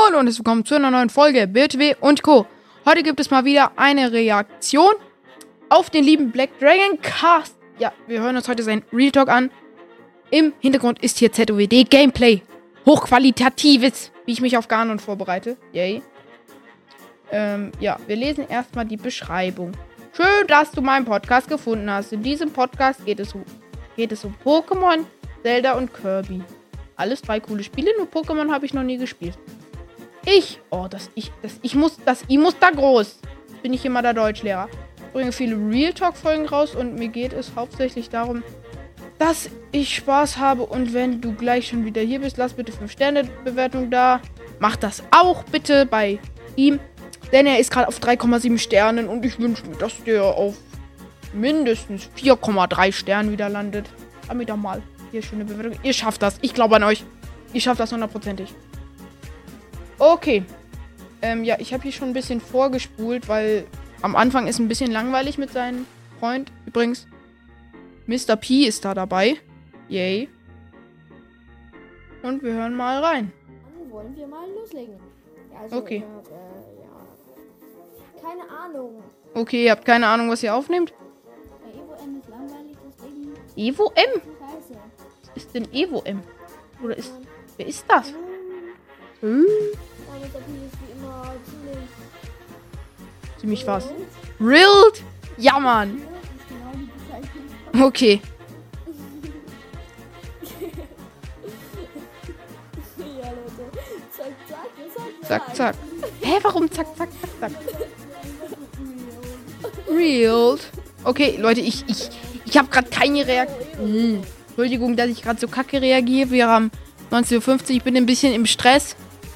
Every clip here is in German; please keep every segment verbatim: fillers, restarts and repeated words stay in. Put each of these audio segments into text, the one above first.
Hallo und herzlich willkommen zu einer neuen Folge B T W und Co. Heute gibt es mal wieder eine Reaktion auf den lieben Black Dragon Cast. Ja, wir hören uns heute seinen Real Talk an. Im Hintergrund ist hier Z O W D Gameplay. Hochqualitatives, wie ich mich auf Ganon vorbereite. Yay. Ähm, ja, wir lesen erstmal die Beschreibung. Schön, dass du meinen Podcast gefunden hast. In diesem Podcast geht es um, geht es um Pokémon, Zelda und Kirby. Alles drei coole Spiele, nur Pokémon habe ich noch nie gespielt. Ich, oh, das ich, das ich muss, das I muss da groß. Bin ich immer der Deutschlehrer. Ich bringe viele Real Talk Folgen raus und mir geht es hauptsächlich darum, dass ich Spaß habe. Und wenn du gleich schon wieder hier bist, lass bitte fünf Sterne Bewertung da. Mach das auch bitte bei ihm, denn er ist gerade auf drei Komma sieben Sternen und ich wünsche mir, dass der auf mindestens vier Komma drei Sternen wieder landet. Sag mir doch mal. Hier, schöne Bewertung. Ihr schafft das. Ich glaube an euch. Ihr schafft das hundertprozentig. Okay. Ähm, ja, ich habe hier schon ein bisschen vorgespult, weil am Anfang ist ein bisschen langweilig mit seinem Freund. Übrigens, Mister P ist da dabei. Yay. Und wir hören mal rein. Dann wollen wir mal loslegen. Ja, also, Okay. Äh, äh, ja. Keine Ahnung. Okay, ihr habt keine Ahnung, was ihr aufnehmt? Bei Evo M ist langweilig, deswegen Evo M? scheiße. Was ist denn Evo M? Oder ist... Wer ist das? Hm? Ja, Mister P ist wie immer ziemlich... Ziemlich was. Rilled? Ja, Mann. Das ist genau die Bezeichnung. Okay. Ja, Leute. Zack, zack, zack, Zack, zack. Hä, warum zack, zack, zack, zack? Reeled. Okay, Leute, ich, ich, ich habe gerade keine Reaktion. Entschuldigung, dass ich gerade so kacke reagiere. Wir haben neunzehn Uhr fünfzig. Ich bin ein bisschen im Stress.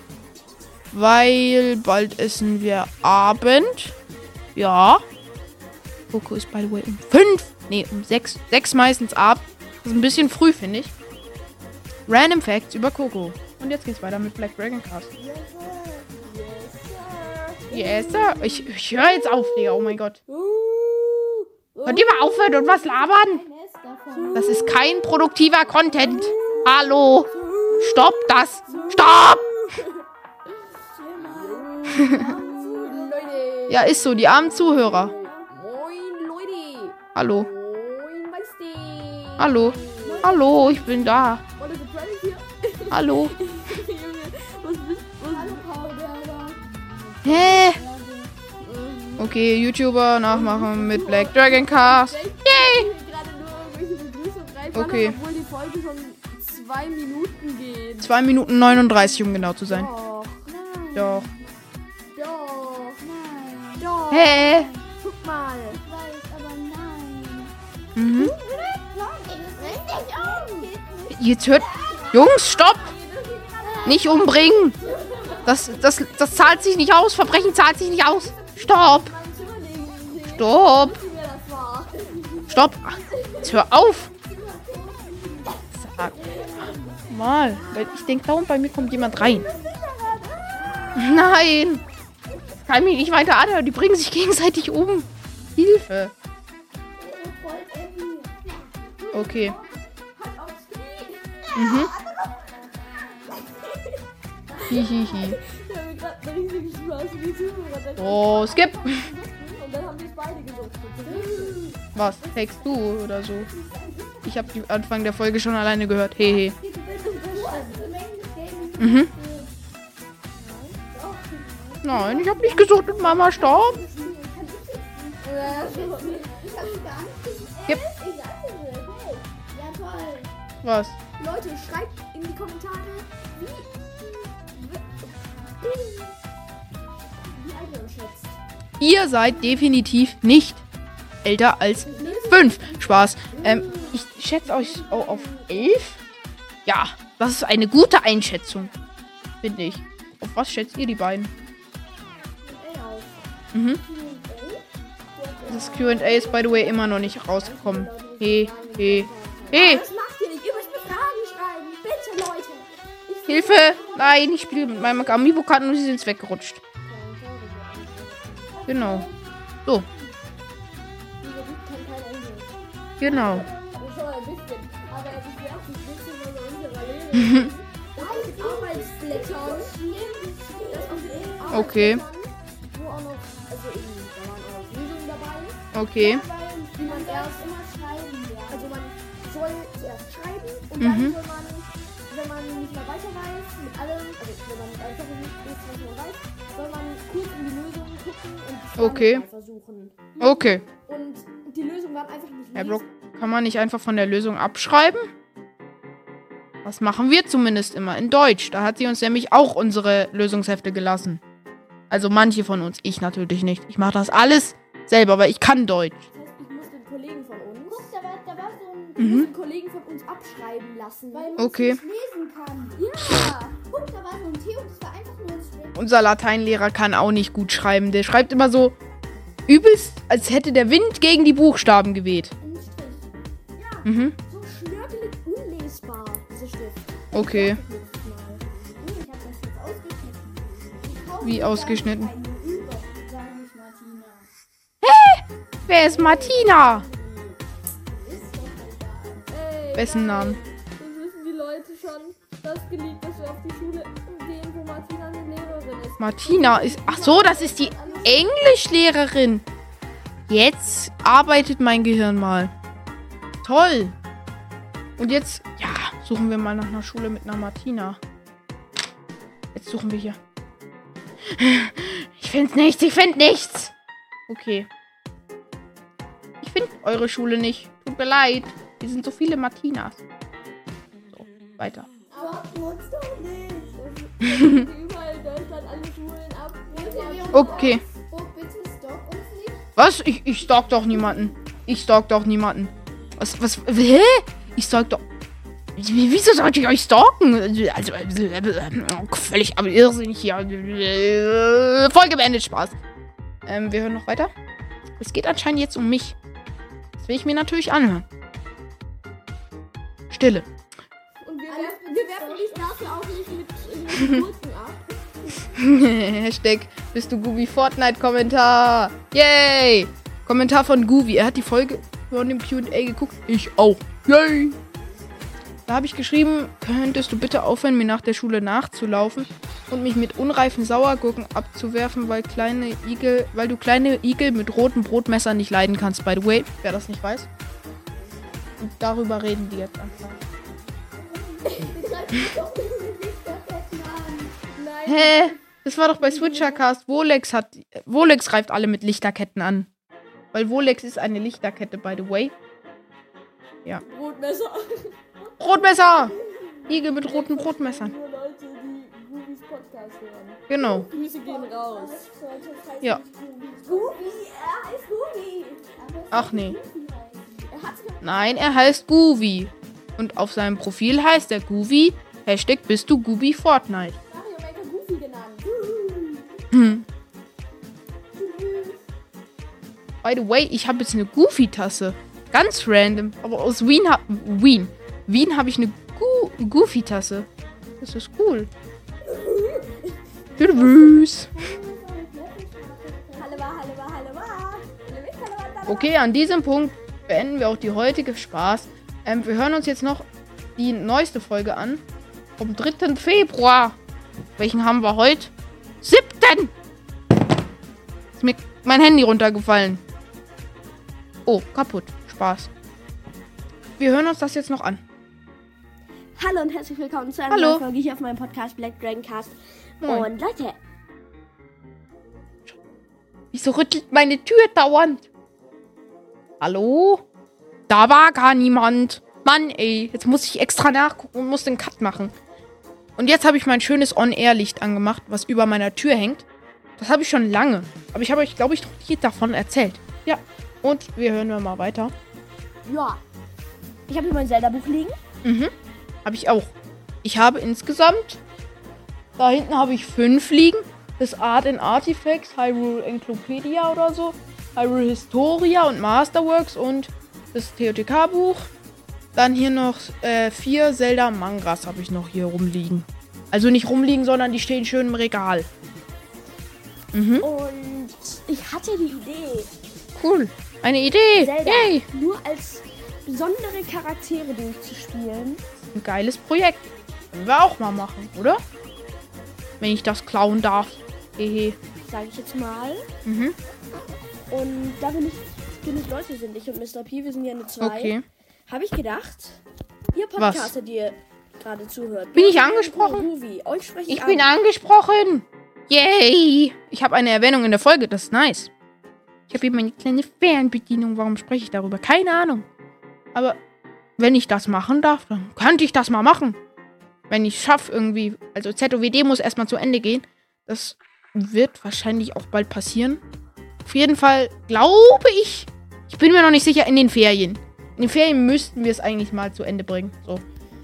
Weil bald essen wir Abend. Ja. Coco ist, by the way, um fünf. Nee, um sechs. sechs meistens ab. Das ist ein bisschen früh, finde ich. Random Facts über Coco. Und jetzt geht's weiter mit Black Dragon Cast. Yes, sir. Ich, ich höre jetzt auf, Digga. Oh mein Gott. Könnt ihr mal aufhören und was labern? Das ist kein produktiver Content. Hallo. Stopp das. Stopp. Ja, ist so. Die armen Zuhörer. Moin, Leute. Hallo. Moin, Meister. Hallo. Hallo, ich bin da. Oh, das ist Freddy hier. Hallo. Junge, was bist du? Hallo, Paul. Hä? Okay, YouTuber nachmachen mit Black Dragon Cast. Yay. Gerade nur irgendwelche Begrüßungen rein, Okay. obwohl die Folge schon zwei Minuten geht. zwei Minuten neununddreißig, um genau zu sein. Doch. Nein. Doch. Doch. Nein. Doch. Hä? Guck mal. Ich weiß, aber nein. Mhm. Richtig Jetzt hört... Jungs, stopp! Nicht umbringen! Das, das, das zahlt sich nicht aus. Verbrechen zahlt sich nicht aus. Stopp! Stopp! Stopp! Ach, jetzt hör auf! Sag mal. Weil ich denke, da unten bei mir kommt jemand rein. Nein! Ich kann mich nicht weiter anhören. Die bringen sich gegenseitig um. Hilfe! Okay. Mhm. Hihihi. Ich habe gerade eine riesige Spaß mit den Zuhörern. Oh, skip! Und dann haben wir es beide gesucht. Was? Text du oder so? Ich habe den Anfang der Folge schon alleine gehört. Hehe. Mhm. Nein, ich habe nicht gesucht mit Mama Stopp. Skip. Ja, toll. Was? Leute, schreibt in die Kommentare, wie, wie alt ihr euch schätzt. Ihr seid definitiv nicht älter als fünf. Spaß. Ähm, ich schätze euch auch auf elf. Ja, das ist eine gute Einschätzung. Finde ich. Auf was schätzt ihr die beiden? Mhm. Das Q und A ist, by the way, immer noch nicht rausgekommen. He, he, he. Das macht ihr nicht. Ihr müsst mir Fragen schreiben. Bitte, Leute. Ich Hilfe! Nein, ich spiele mit meinem Amiibo-Karten und sie sind weggerutscht. Genau. So. Genau. schon ein bisschen. Aber es ist ja auch ein bisschen, weil wir unsere Leben. Arbeitsblätter. Okay. Wo auch noch, also eben, da waren auch Lösungen dabei. Okay. Die man erst immer schreiben lernt. Also man soll zuerst schreiben und Mhm. dann soll man, wenn man nicht mehr weiter weiß, mit allem, also wenn man einfach nicht ist, was man weiß, soll man kurz in die Lösung gucken und es dann Okay. mal versuchen. Okay. Und die Lösung dann einfach nicht Herr lesen. Block, kann man nicht einfach von der Lösung abschreiben? Das machen wir zumindest immer in Deutsch. Da hat sie uns nämlich auch unsere Lösungshefte gelassen. Also manche von uns. Ich natürlich nicht. Ich mache das alles selber, aber ich kann Deutsch. Das heißt, ich muss den Kollegen von uns, Guck, da war, da war so ein... ich muss Mhm. den Kollegen von uns abschreiben lassen. Weil man Okay. nicht lesen kann. Ja. Guck, da war so ein T und es war einfach nur ein Strich. Unser Lateinlehrer kann auch nicht gut schreiben. Der schreibt immer so übelst, als hätte der Wind gegen die Buchstaben geweht. Ein Strich. Ja, Mhm. so schnörkelig unlesbar, dieser Stift. Okay. Nee, ich hab das jetzt ausgeschnitten. Ich kaufe Wie mir ausgeschnitten? dann eine Übung, sag ich Martina. Wer ist Martina? Ist doch egal. Ey, Wessen Namen? dann wissen die Leute schon, dass geleakt, dass wir auf die Schule gehen, wo Martina eine Lehrerin ist. Martina ist... Ach so, das ist die Englischlehrerin. Jetzt arbeitet mein Gehirn mal. Toll. Und jetzt, ja, suchen wir mal nach einer Schule mit einer Martina. Jetzt suchen wir hier. Ich finde nichts, ich finde nichts. Okay. Ich finde eure Schule nicht. Tut mir leid. Hier sind so viele Martinas. So, weiter. Aber kurz doch nicht. Das sind überall in Deutschland alle Schulen ab. Okay. Oh, bitte stopp uns nicht. Was? Ich, ich stalk doch niemanden. Ich stalk doch niemanden. Was, was, hä? Ich stalk doch... Wie- Wieso sollte ich euch stalken? Also, äh, völlig aber irrsinnig hier. Äh, Folge beendet, Spaß. Ähm, wir hören noch weiter. Es geht anscheinend jetzt um mich. Das will ich mir natürlich anhören. Stille. Und wir, Alles werfen, wir werfen dich dafür auch nicht mit irgendwelchen Gurken ab. Hashtag bist du Gubi Fortnite Kommentar. Yay! Kommentar von Gubi. Er hat die Folge von dem Q und A geguckt. Ich auch. Yay! Da habe ich geschrieben, könntest du bitte aufhören, mir nach der Schule nachzulaufen und mich mit unreifen Sauergurken abzuwerfen, weil kleine Igel, weil du kleine Igel mit roten Brotmessern nicht leiden kannst. By the way, wer das nicht weiß. Und darüber reden die jetzt anfangen. Wir greifen doch nicht mit Lichterketten an. Nein. Hä? Das war doch bei Switchercast. Wolex hat. Wolex greift alle mit Lichterketten an. Weil Wolex ist eine Lichterkette, by the way. Brotmesser. Brotmesser! Igel mit roten Brotmessern. Nur Leute, die Gubis Podcast hören. Genau. Grüße gehen raus. Das sollte es heißen Ja. Gubi, er heißt Gubi. Ach nee. Er hat sich Nein, er heißt Guvi. Und auf seinem Profil heißt er Guvi. Hashtag bist du Gubi Fortnite. Mario Maker Goofy genannt. Hm. By the way, ich habe jetzt eine Goofy-Tasse. Ganz random. Aber aus Wien hab... Wien. Wien habe ich eine Gu Goofy-Tasse. Das ist cool. Tschüss. Hallewa, hallewa, hallewa. Okay, an diesem Punkt beenden wir auch die heutige Spaß. Ähm, wir hören uns jetzt noch die neueste Folge an. Vom dritten Februar. Welchen haben wir heute? siebten Ist mir mein Handy runtergefallen. Oh, kaputt. Spaß. Wir hören uns das jetzt noch an. Hallo und herzlich willkommen zu einer Hallo. neuen Folge hier auf meinem Podcast Black Dragon Cast. Moin. Und Leute, Wieso rüttelt meine Tür dauernd? Hallo? Da war gar niemand. Mann, ey. Jetzt muss ich extra nachgucken und muss den Cut machen. Und jetzt habe ich mein schönes On-Air-Licht angemacht, was über meiner Tür hängt. Das habe ich schon lange. Aber ich habe euch, glaube ich, noch nie davon erzählt. Ja. Und wir hören mal weiter. ja. Ich habe hier mein Zelda-Buch liegen. Mhm. Habe ich auch. Ich habe insgesamt... Da hinten habe ich fünf liegen. Das Art and Artifacts, Hyrule Encyclopedia oder so. Hyrule Historia und Masterworks und das T O T K-Buch. Dann hier noch äh, vier Zelda-Mangas habe ich noch hier rumliegen. Also nicht rumliegen, sondern die stehen schön im Regal. Mhm. Und ich hatte die Idee, Cool. Eine Idee. Zelda Yay. nur als besondere Charaktere durchzuspielen. Ein geiles Projekt. Können wir auch mal machen, oder? Wenn ich das klauen darf. Hehe. sage ich jetzt mal. Mhm. Und da wir nicht genug Leute sind, ich und Mister P, wir sind ja nur zwei, Okay. habe ich gedacht, ihr Was? Podcaster, die ihr gerade zuhört. Bin ich Birdway angesprochen? und Ruby, euch spreche ich Ich an. bin angesprochen. Yay. Ich habe eine Erwähnung in der Folge. Das ist nice. Ich habe hier meine kleine Fernbedienung. Warum spreche ich darüber? Keine Ahnung. Aber wenn ich das machen darf, dann könnte ich das mal machen. Wenn ich es schaffe irgendwie. Also Z O W D muss erstmal zu Ende gehen. Das wird wahrscheinlich auch bald passieren. Auf jeden Fall glaube ich. Ich bin mir noch nicht sicher in den Ferien. In den Ferien müssten wir es eigentlich mal zu Ende bringen. So.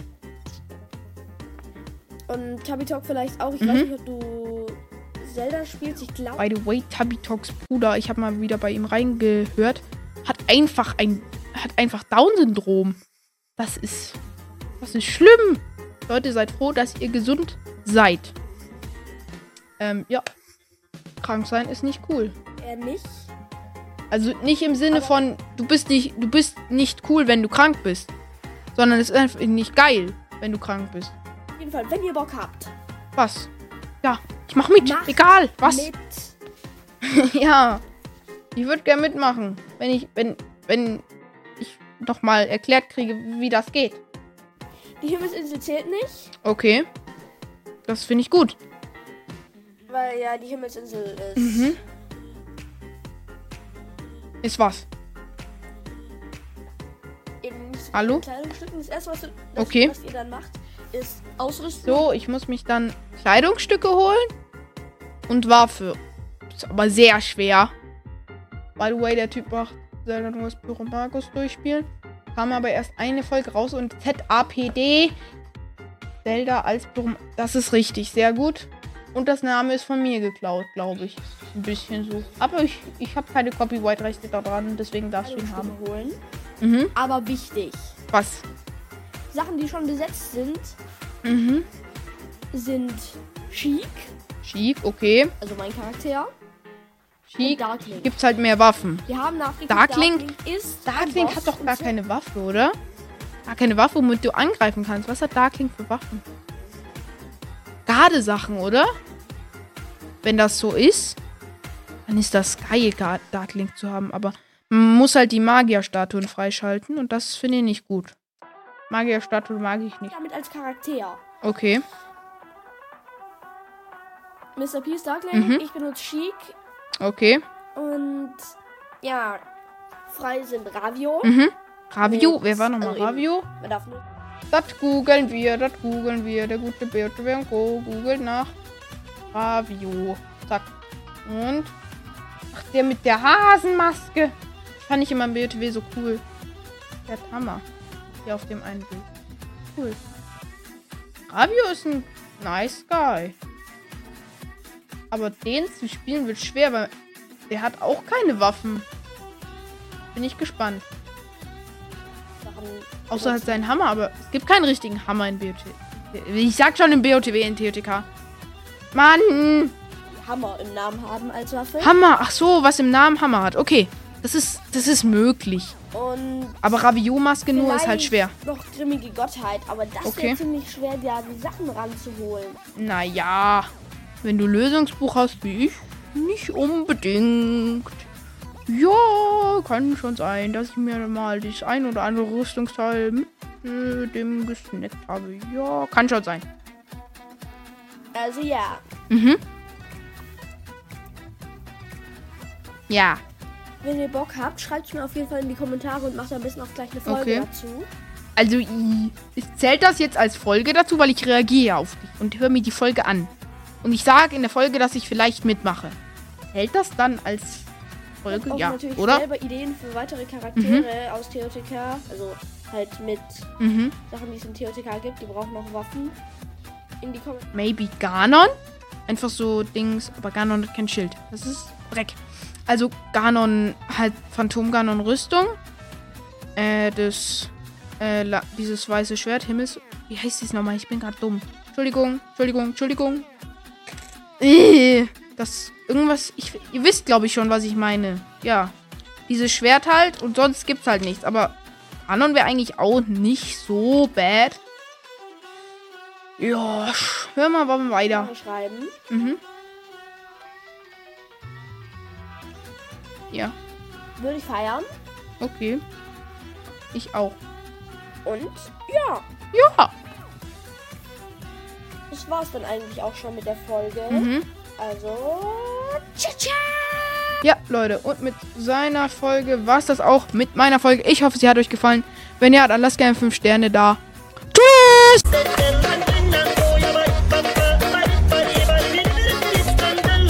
Und Tabby Talk vielleicht auch. Ich Mhm. weiß nicht, ob du Zelda spielst. Ich glaube. By the way, Tabby Talks Bruder, ich habe mal wieder bei ihm reingehört, hat einfach ein, hat einfach Down-Syndrom. Das ist, das ist schlimm. Leute, seid froh, dass ihr gesund seid. Ähm, ja. Krank sein ist nicht cool. Er nicht. Also nicht im Sinne von, du bist nicht, du bist nicht cool, wenn du krank bist. Sondern es ist einfach nicht geil, wenn du krank bist. Auf jeden Fall, wenn ihr Bock habt. Was? Ja, ich mach mit. Macht Egal, was? Mit. Ja, ich würde gerne mitmachen, wenn ich, wenn, wenn ich noch mal erklärt kriege, wie das geht. Die Himmelsinsel zählt nicht, Okay, das finde ich gut. weil ja die Himmelsinsel ist. Mhm. Ist was? In Hallo? Kleidungsstücken. Das erste, was, du, das, Okay. was ihr dann macht, ist Ausrüstung. So, ich muss mich dann Kleidungsstücke holen und Waffe. Das ist aber sehr schwer. By the way, der Typ macht Zelda nur das Pyromagus durchspielen. Kam aber erst eine Folge raus und Z A P D. Zelda als Pyromagus. Das ist richtig, sehr gut. Und das Name ist von mir geklaut, glaube ich. Ein bisschen so. Aber ich, ich habe keine Copyright-Rechte daran, deswegen darfst du ihn haben. holen. Mhm. Aber wichtig. Was? Sachen, die schon besetzt sind, Mhm. sind Sheik, Chic, okay. also mein Charakter, Chic. und Darkling. Gibt's halt mehr Waffen. Wir haben nachgeguckt, Darkling- Darkling ist Darkling ein hat Boss doch gar und keine Waffe, oder? Gar keine Waffe, womit du angreifen kannst. Was hat Darkling für Waffen? Gardesachen, oder? Wenn das so ist, dann ist das geil, Gar- Darkling zu haben. Aber man muss halt die Magierstatuen freischalten und das finde ich nicht gut. Magierstatuen mag ich nicht. damit als Charakter. Okay. Mister P ist Darkling, Mhm. ich benutze Sheik Okay. und ja, frei sind Ravio. Mhm. Ravio. Mit- Wer war nochmal also eben- Ravio? Man darf nur Das googeln wir, das googeln wir. Der gute Birte und Co. googelt nach Ravio. Zack. Und. Ach, der mit der Hasenmaske. Fand ich immer im B O T W so cool. Der hat Hammer. Hier auf dem einen Bild. Cool. Ravio ist ein nice guy. Aber den zu spielen wird schwer, weil der hat auch keine Waffen. Bin ich gespannt. Sachen. Außer halt seinen Hammer, aber es gibt keinen richtigen Hammer in B O T W. Ich sag schon im B O T W, in T O T K. Mann! Hammer im Namen haben als Waffe. Hammer! Ach so, was im Namen Hammer hat. Okay, das ist, das ist möglich. Und Aber Ravio-Maske nur ist halt vielleicht schwer. noch grimmige Gottheit, aber das Okay. wäre ziemlich schwer, da die Sachen ranzuholen. Naja, wenn du Lösungsbuch hast wie ich, nicht unbedingt. Ja, kann schon sein, dass ich mir mal das ein oder andere Rüstungsteil mit äh, dem gesnackt habe. Ja, kann schon sein. Also ja, Mhm. Ja. wenn ihr Bock habt, schreibt es mir auf jeden Fall in die Kommentare und macht am besten auch gleich eine Folge Okay. dazu. Also, i- ich zählt das jetzt als Folge dazu, weil ich reagiere auf dich und höre mir die Folge an. Und ich sage in der Folge, dass ich vielleicht mitmache. Zählt das dann als Folge? Auch Ja, natürlich oder? selber Ideen für weitere Charaktere aus T O T K, also halt mit Mhm. Sachen, die es in T O T K gibt, die brauchen noch Waffen. In die Kommentare. Maybe Ganon? Einfach so Dings, aber Ganon hat kein Schild. Das ist Dreck. Also Ganon, halt Phantom Ganon Rüstung. Äh, das, äh, la- dieses weiße Schwert, Himmels... Wie heißt das nochmal? Ich bin gerade dumm. Entschuldigung, Entschuldigung, Entschuldigung. Äh, das, irgendwas, ich, ihr wisst, glaube ich, schon, was ich meine. Ja, dieses Schwert halt und sonst gibt's halt nichts. Aber Ganon wäre eigentlich auch nicht so bad. Ja, sch- hör mal, warum weiter. schreiben. Mhm. Ja. Würde ich feiern. Okay. Ich auch. Und ja, Ja. das war's dann eigentlich auch schon mit der Folge. Mhm. Also, ciao, ciao. Ja, Leute, und mit seiner Folge war es das auch mit meiner Folge. Ich hoffe, sie hat euch gefallen. Wenn ja, dann lasst gerne fünf Sterne da.